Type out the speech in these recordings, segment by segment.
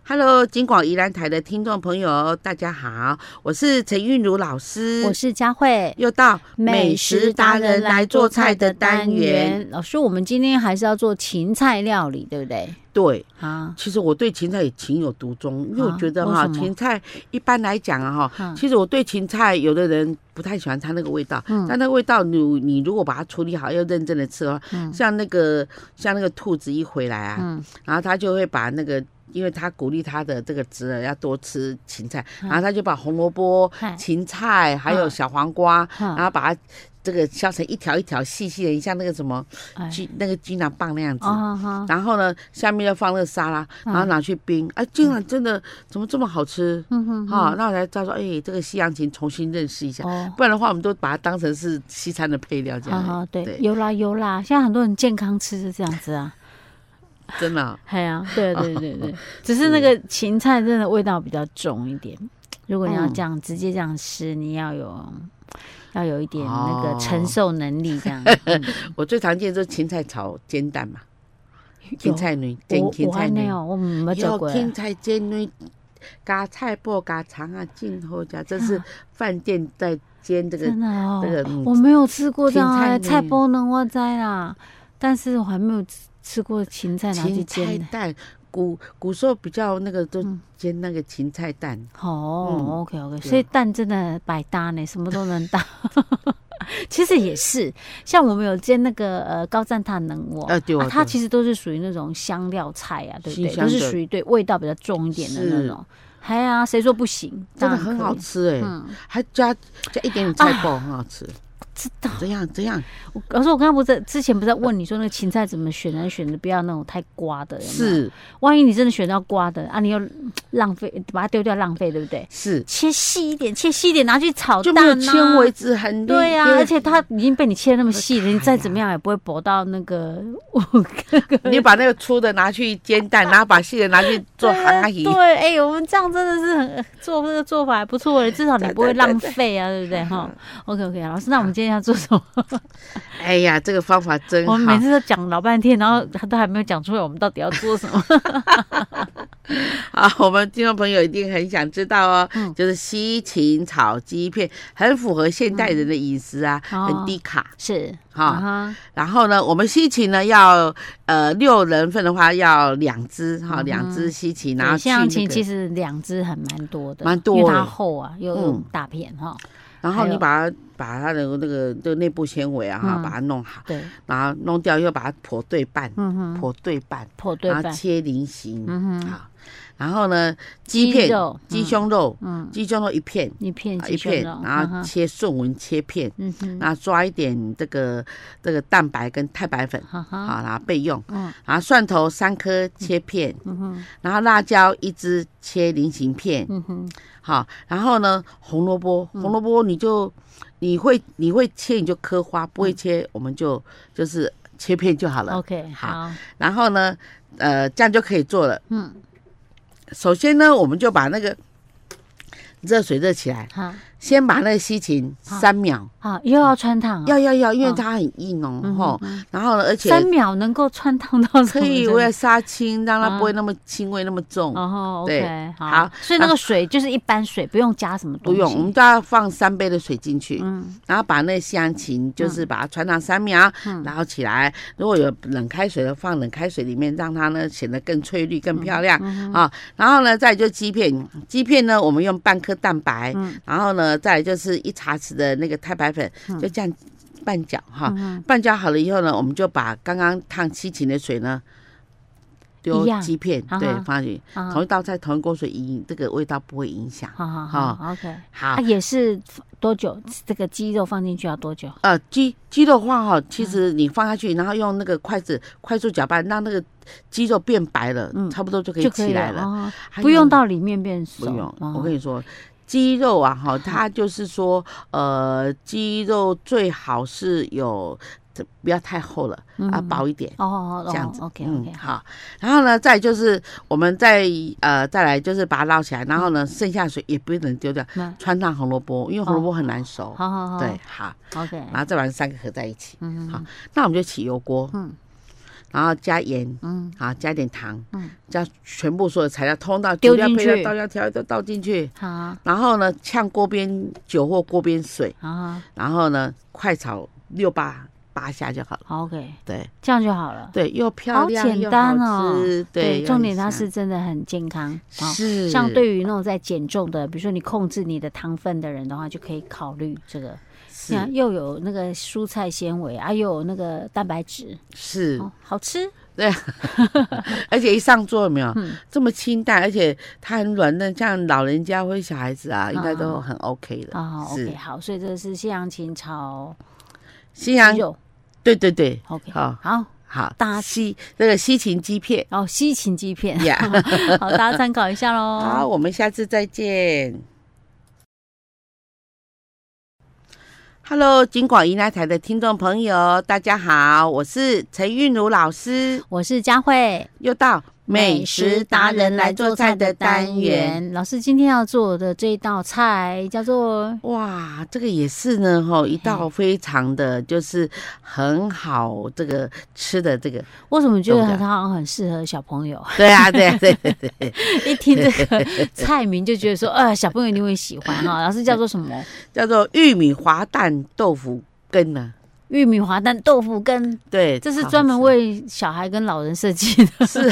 Hello， 金广宜兰台的听众朋友，大家好，我是陈韵如老师， 我是佳慧， 又到美食达人来做菜的单元。 老师，我们今天还是要做芹菜料理，对不对？ 对啊，其实我对芹菜也情有独钟，因为我觉得芹菜一般来讲其实我对芹菜有的人不太喜欢它那个味道，但那个味道你如果把它处理好，要认真的吃的话，像那个兔子一回来啊，然后他就会把那个。因为他鼓励他的这个侄儿要多吃芹菜，然后他就把红萝卜、芹菜还有小黄瓜，然后把它这个削成一条一条细细的，像那个什么那个鸡囊棒那样子。然后呢，下面要放那个沙拉，然后拿去冰。竟然真的怎么这么好吃？那我才知道说，这个西洋芹重新认识一下，不然的话我们都把它当成是西餐的配料这样。 对，有啦，现在很多人健康吃是这样子啊。 真的对，只是那个芹菜真的味道比较重一点。如果你要这样直接这样吃，你要有一点那个承受能力这样。 我最常见就是芹菜炒煎蛋嘛，芹菜泥煎芹菜泥， 我没做过。 芹菜煎泥加菜脯加肠啊，进后加，这是饭店在煎这个。 真的我没有吃过这样菜脯呢，我知啦，但是我还没有吃过芹菜拿去煎芹菜蛋，古时候比较那个都煎那个芹菜蛋。 OK， 所以蛋真的百搭呢，什么都能搭。其实也是，像我们有煎那个高赞塔能窝，它其实都是属于那种香料菜啊，对不对？都是属于味道比较重一点的那种。谁说不行？ 真的很好吃还加一点点菜脯，很好吃。 知道这样。 可是我刚刚之前不是在问你说那个芹菜怎么选的不要那种太刮的， 是。 万一你真的选到刮的你又浪费，把它丢掉浪费，对不对？ 是。 切细一点拿去炒蛋就没有纤维质很多。 对啊，而且它已经被你切那么细了，你再怎么样也不会薄到那个。 你把那个粗的拿去煎蛋，然后把细的拿去做蛤蜊。 对，我们这样真的是很做这个做法还不错的，至少你不会浪费啊，对不对？OK， 老师，那我们今天要做什么？ 这个方法真好。 我们每次都讲老半天，然后他都还没有讲出来，我们到底要做什么？ 好，我们听众朋友一定很想知道就是西芹炒鸡片，很符合现代人的饮食啊，很低卡。 是然后呢，我们西芹呢要6人份的话要2只2只西芹，然后西洋芹其实2只还蛮多的， 蛮多， 因为它厚啊，又大片然后你把它的那个内部纤维把它弄好， 对， 然后弄掉又把它剖对半，剖对半，然后切菱形，好。然后呢，鸡片、鸡胸肉，鸡胸肉一片，然后切顺纹切片，然后抓一点这个蛋白跟太白粉，好，然后备用。然后蒜头3颗切片，然后辣椒1只切菱形片，好。然后呢，红萝卜你会切你就刻花，不会切我们就是切片就好了。 OK， 好。 然后呢，这样就可以做了。首先呢，我们就把那个热水热起来，先把那个西芹3秒， 又要穿烫， 要，因为它很硬然后呢，而且 3秒能够穿烫到可以为了杀青，让它不会那么腥味那么重。 对，好，所以那个水就是一般水，不用加什么东西， 不用，我们都要放3杯的水进去，然后把那个西洋芹就是把它穿烫3秒，然后起来，如果有冷开水的放冷开水里面，让它呢显得更翠绿、更漂亮然后呢，再来就鸡片呢，我们用半颗蛋白，然后呢。再来就是1茶匙的那个太白粉，就这样拌搅拌搅好了以后呢，我们就把刚刚烫西芹的水呢丢鸡片，对，放进去，同一道菜同一锅水，这个味道不会影响。 好 ，OK， 好。 也是多久？这个鸡肉放进去要多久？ 鸡肉放其实你放下去，然后用那个筷子快速搅拌，让那个鸡肉变白了，差不多就可以起来了， 不用到里面变熟。 不用，我跟你说。鸡肉它就是说，鸡肉最好是有不要太厚了薄一点这样子。 OK， 好。然后呢，再就是我们再来就是把它捞起来，然后呢，剩下水也不能丢掉，穿烫红萝卜，因为红萝卜很难熟。 好， 对，好 ，OK。 然后再把3个合在一起。好，那我们就起油锅。 然后加盐，好，加点糖，加全部所有材料通到丢进去，倒料调味都倒进去，好，然后呢，呛锅边酒或锅边水，然后呢，快炒6-8下就好了。 OK， 对， 这样就好了。 对，又漂亮， 好简单哦。对， 重点它是真的很健康。 是， 像对于那种在减重的，比如说你控制你的糖分的人的话，就可以考虑这个。是，又有那个蔬菜纤维啊，又有那个蛋白质， 是， 好吃。 对，而且一上桌有没有这么清淡，而且它很软嫩，像老人家或小孩子啊，应该都很 OK 的。 OK， 好，所以这个是西洋芹炒西洋肉。 对 ，OK， 好，那个西芹鸡片西芹鸡片，好，大家参考一下喽。 好，我们下次再见。Hello， 金广宜兰台的听众朋友，大家好，我是陈韵如老师， 我是佳慧， 又到美食达人来做菜的单元。 老师今天要做的这一道菜叫做这个也是呢一道非常的就是很好这个吃的这个。 我怎么觉得它好像很适合小朋友？ 对啊，对， 一听这个菜名就觉得说小朋友一定会喜欢哈。老师叫做什么？ 叫做玉米滑蛋豆腐羹呢。 玉米滑蛋豆腐羹，对，这是专门为小孩跟老人设计的，是，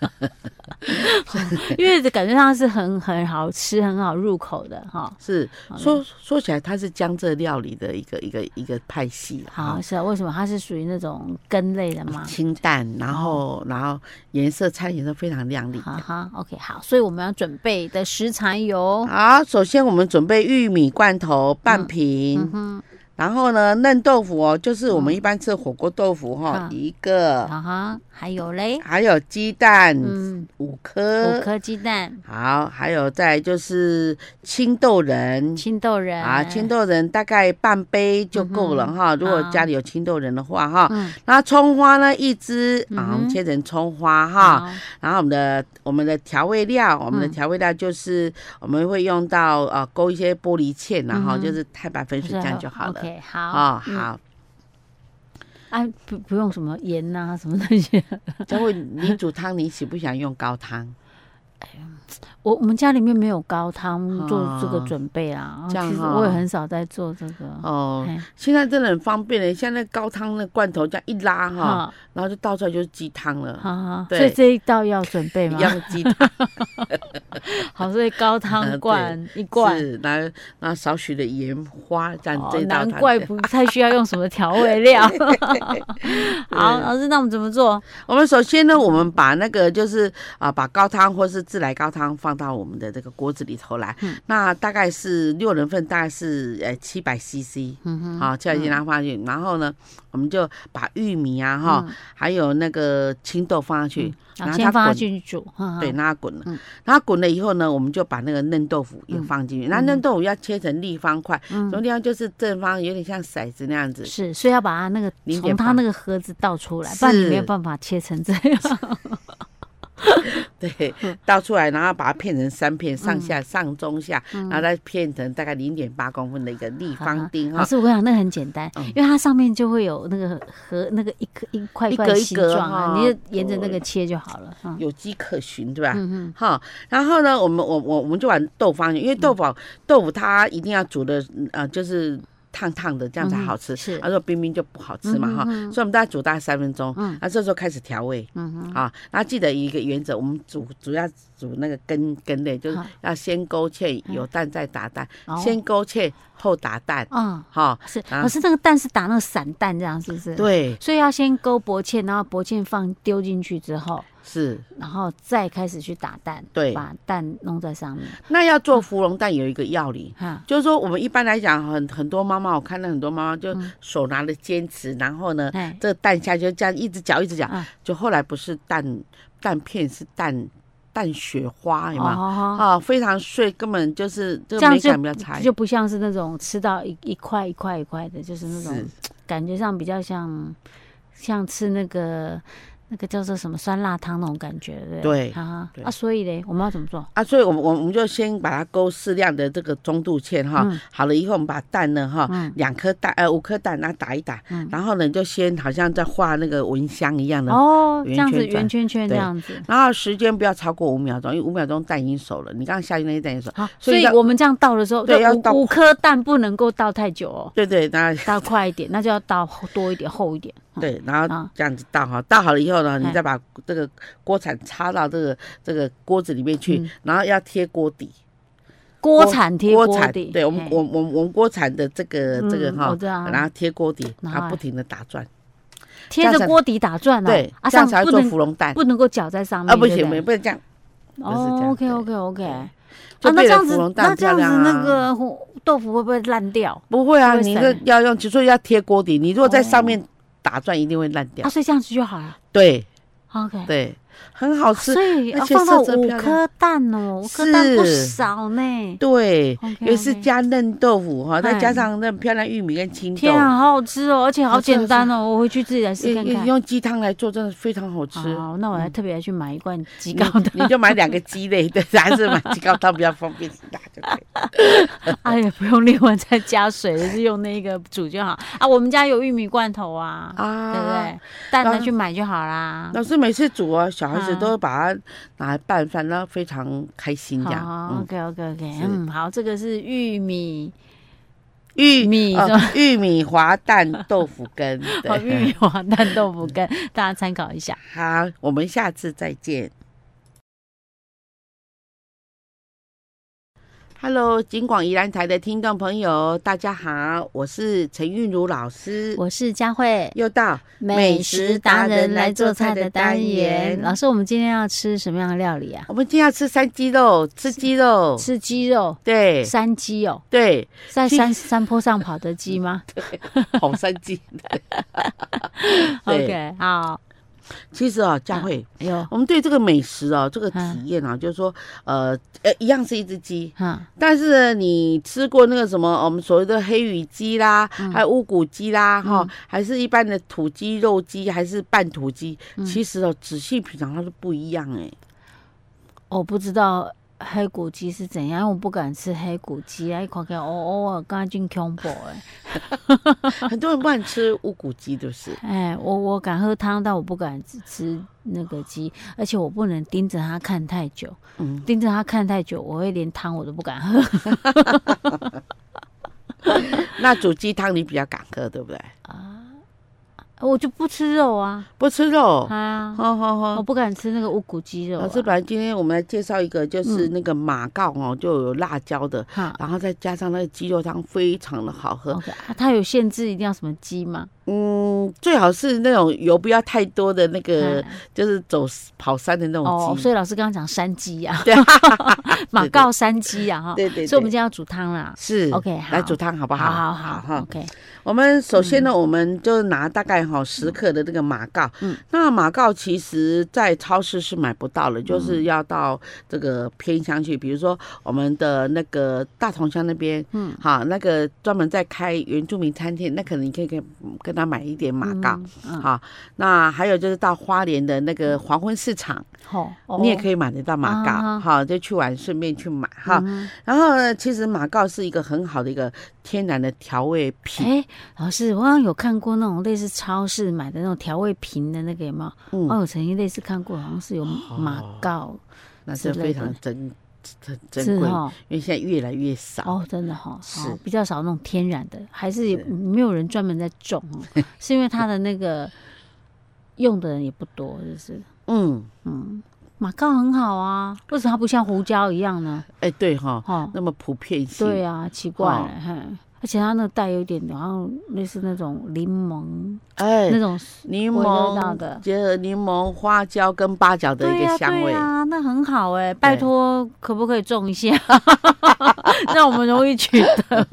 因为感觉上是很好吃、很好入口的哈。 是，说起来，它是江浙料理的一个派系。 好，是啊，为什么它是属于那种羹类的吗？ 清淡，然后颜色餐颜色非常亮丽。 哈 ，OK， 好，所以我们要准备的食材有， 好，首先我们准备玉米罐头半瓶。然后呢，嫩豆腐就是我们一般吃火锅豆腐一个， 还有嘞， 还有鸡蛋5颗鸡蛋， 好，还有再就是青豆仁青豆仁大概半杯就够了哈，如果家里有青豆仁的话哈，然后葱花呢1支我们切成葱花哈，然后我们的调味料，就是我们会用到勾一些玻璃芡然后就是太白粉水这样就好了。 OK， 好， 好。 不用什么盐啊，什么那些。 佳慧，你煮汤你喜不喜欢用高汤？ 我们家里面没有高汤做这个准备啊，其实我也很少在做这个。 现在真的很方便了，像那高汤那罐头这样一拉然后就倒出来就是鸡汤了。 所以这一道要准备吗？ 一样的鸡汤。 好，所以高汤罐一罐， 是拿少许的盐花这样。 难怪不太需要用什么调味料。好，老师，那我们怎么做？ 我们首先呢，我们把那个就是把高汤或是自来高汤放到我们的这个锅子里头来。那大概是6人份，大概是700cc。好，700cc让它放进去，然后呢，我们就把玉米还有那个青豆放下去， 然后先放下去煮。 对，让它滚了。然后滚了以后呢，我们就把那个嫩豆腐也放进去。那嫩豆腐要切成立方块，什么地方就是正方，有点像骰子那样子。 是，所以要把它那个从它那个盒子倒出来，不然你没有办法切成这样。 对，倒出来，然后把它片成3片，上下上中下，然后再片成大概0.8公分的一个立方丁。 老师，我跟你讲，那很简单，因为它上面就会有那个那个一块一块形状你就沿着那个切就好了， 有迹可循，对吧？然后呢，我们就把豆放进去，因为豆腐它一定要煮的就是烫烫的，这样才好吃。是，如果冰冰就不好吃嘛所以我们大概煮大概3分钟。那这时候开始调味。然后记得一个原则，我们主要煮那个羹类，就是要先勾芡，有蛋再打蛋，先勾芡后打蛋。 是。可是那个蛋是打那个散蛋，这样是不是？ 对。 所以要先勾薄芡，然后薄芡丢进去之后。 是， 然后再开始去打蛋，对，把蛋弄在上面。 那要做芙蓉蛋有一个要领，就是说我们一般来讲，很多妈妈，我看到很多妈妈就手拿着尖匙，然后呢，这个蛋下就这样一直搅，就后来不是蛋片，是蛋雪花，有吗？非常碎，根本就是这个美感比较差， 就不像是那种吃到一块一块一块的，就是那种感觉上比较像吃那个那个叫做什么酸辣汤那种感觉，对不对？ 对啊，所以呢，我们要怎么做啊？所以我们就先把它勾适量的这个中度芡哈，好了以后我们把蛋呢哈，5颗蛋然后打一打，然后呢你就先好像在画那个蚊香一样的哦，这样子圆圈圈这样子， 然后时间不要超过5秒钟，因为5秒钟蛋已经熟了，你刚刚下去那些蛋已经熟， 所以我们这样倒的时候，对，要倒5颗蛋不能够倒太久哦， 对，那倒快一点，那就要倒多一点厚一点。 对，然后这样子倒好了以后呢，你再把这个锅铲插到这个锅子里面去，然后要贴锅底。 锅铲贴锅底， 对，我们锅铲的这个哈，然后贴锅底，然后不停的打转， 贴着锅底打转啊。 对，这样才会做芙蓉蛋， 不能够搅在上面。 不行，不能这样。 哦 ，OK。 那这样子， 那个豆腐会不会烂掉？ 不会啊，你要用，所以要贴锅底。你如果在上面打转，一定会烂掉。 所以这样子就好了。 对 ，OK， 对。很好吃， 所以要放到5颗蛋哦，5颗蛋不少呢。 对，也是加嫩豆腐哈，再加上那漂亮玉米跟青豆。 天啊，好好吃哦，而且好简单哦，我回去自己来试看看。 用鸡汤来做，真的非常好吃。 好，那我还特别去买一罐鸡高汤。 你就买2个鸡类的，还是买鸡高汤比较方便打就可以。 哎呀，不用另外再加水，就是用那个煮就好啊。我们家有玉米罐头啊，对不对？蛋拿去买就好啦。 老师每次煮啊，小孩子都会把它拿来拌饭，然后非常开心这样。 OK，好，这个是玉米滑蛋豆腐羹， 玉米滑蛋豆腐羹，大家参考一下。 好，我们下次再见。Hello， 金广宜兰台的听众朋友，大家好，我是陈韵如老师， 我是佳慧， 又到美食达人来做菜的单元。老师，我们今天要吃什么样的料理啊？ 我们今天要吃山鸡肉，吃鸡肉，对， 山鸡哦， 对， 在山坡上跑的鸡吗？ 对，红山鸡。 OK， 好。 其实佳慧，我们对这个美食这个体验就是说，一样是一只鸡，但是呢，你吃过那个什么我们所谓的黑羽鸡啦，还有乌骨鸡啦，还是一般的土鸡、肉鸡，还是半土鸡，其实仔细品尝它都不一样我不知道黑骨鸡是怎样，因为我不敢吃黑骨鸡啊，一看起来刚刚进恐怖很多人不敢吃乌骨鸡，对不是？ 我敢喝汤，但我不敢吃那个鸡，而且我不能盯着它看太久。盯着它看太久，我会连汤我都不敢喝。 那煮鸡汤你比较敢喝，对不对？ 我就不吃肉啊， 不吃肉啊，我不敢吃那个乌骨鸡肉。 老师，本来今天我们来介绍一个，就是那个马告就有辣椒的，然后再加上那个鸡肉汤，非常的好喝。 它有限制一定要什么鸡吗？ 最好是那种油不要太多的那个，就是跑山的那种鸡。 所以老师刚刚讲山鸡啊，对，马告山鸡啊，哈， 对。 所以我们今天要煮汤啦， 是 OK， 来煮汤好不好？ 好 OK。 我们首先呢，我们就拿大概10克的这个马告。那马告其实在超市是买不到的，就是要到这个偏乡去，比如说我们的那个大同乡那边，好，那个专门在开原住民餐厅，那可能你可以跟他买一点马告。好，那还有就是到花莲的那个黄昏市场，你也可以买得到马告。好，就去玩顺便去买哈。然后呢，其实马告是一个很好的一个天然的调味品。 老师，我好像有看过那种类似超市买的那种调味瓶的那个有没有？我曾经类似看过，好像是有马告， 那是非常珍贵，因为现在越来越少真的是比较少那种天然的，还是没有人专门在种是因为它的那个用的人也不多，就是马告很好啊，为什么它不像胡椒一样呢？ 对那么普遍性， 对啊，奇怪了而且它那个带有点好像类似那种柠檬，那种柠檬的，结合柠檬、花椒跟八角的一个香味。 对啊，那很好拜托，可不可以种一下，让我们容易取得？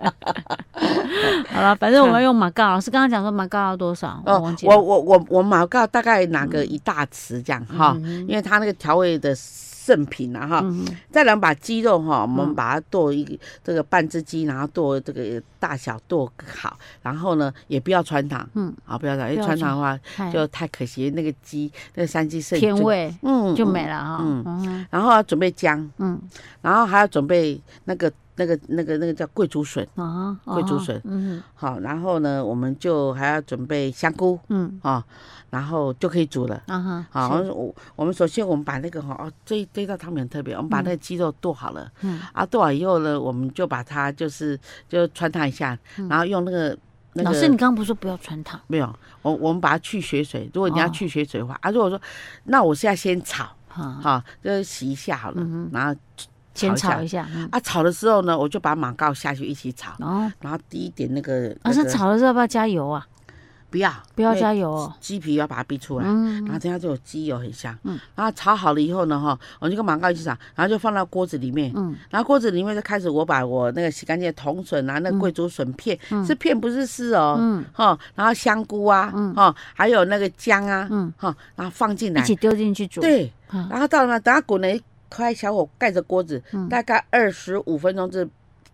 好了，反正我们要用马告。老师刚刚讲说马告要多少？我忘记了。 我马告大概拿个1大匙这样因为它那个调味的圣品啊哈。再来把鸡肉哈，我们把它剁这个半只鸡，然后剁这个大小剁好，然后呢也不要穿糖，不要穿，因为穿糖的话就太可惜，那个鸡那个山鸡肾甜味，就没了哈。 然后要准备姜，然后还要准备那个叫贵竹笋，贵竹笋，好，然后呢我们就还要准备香菇，然后就可以煮了。好，我们首先我们把那个这道汤很特别，我们把那个鸡肉剁好了，剁好以后呢，我们就把它就穿烫一下，然后用那个。 老师，你刚刚不是说不要穿烫？ 没有，我们把它去血水。如果你要去血水的话，如果说那我现在先炒，就洗一下好了，然后。 先炒一下， 炒的时候呢，我就把马告下去一起炒，然后滴一点那个。 是炒的时候要不要加油啊？ 不要加油哦。 鸡皮要把它逼出来，然后这样就有鸡油很香。然后炒好了以后呢，我就跟马告一起炒，然后就放到锅子里面。然后锅子里面就开始我把我那个洗干净的铜笋啊，那个贵竹笋片，是片不是丝哦，然后香菇啊，还有那个姜啊，然后放进来一起丢进去煮。 对，然后到了等它滚了。开小火盖着锅子，大概25分钟至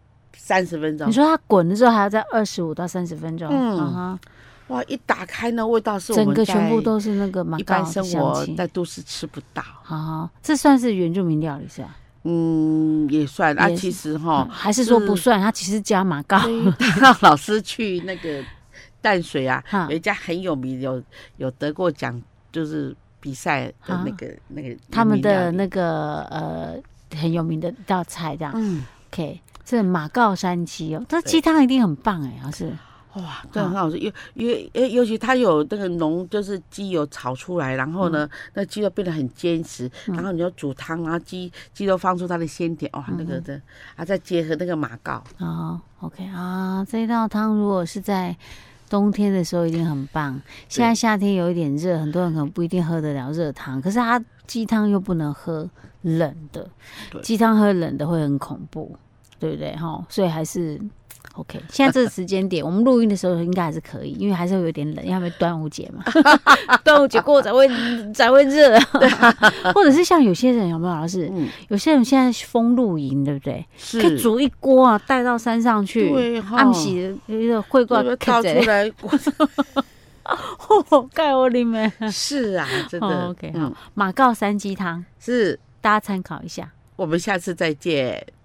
30分钟。 你说它滚的时候还要在25到30分钟？ 哇！一打开呢，味道是我们整个全部都是那个马告一般生活在都市吃不到。 这算是原住民料理是吧？ 也算啊。其实还是说不算，它其实加马告。 让老师去那个淡水啊，有一家很有名，有得过奖，就是比赛的那个他们的那个很有名的一道菜这样。OK， 这马告山鸡哦，这鸡汤一定很棒哎，老师。 哇，这很好吃，尤其它有那个浓，就是鸡油炒出来，然后呢，那鸡肉变得很坚实，然后你就煮汤，然后鸡肉放出它的鲜甜，哇，那个的再结合那个马告。 OK 这一道汤如果是在冬天的时候一定很棒。现在夏天有一点热，很多人可能不一定喝得了热汤，可是它鸡汤又不能喝冷的，鸡汤喝冷的会很恐怖，对不对？所以还是 OK。现在这个时间点，我们录音的时候应该还是可以，因为还是会有点冷，因为端午节嘛，端午节过后才会热。或者是像有些人有没有老师？有些人现在封露营，对不对？可以煮一锅啊，带到山上去。对，暗时那个会挂掏出来。 盖我里面是啊，真的。 OK， 马告山鸡汤是大家参考一下。 我们下次再见。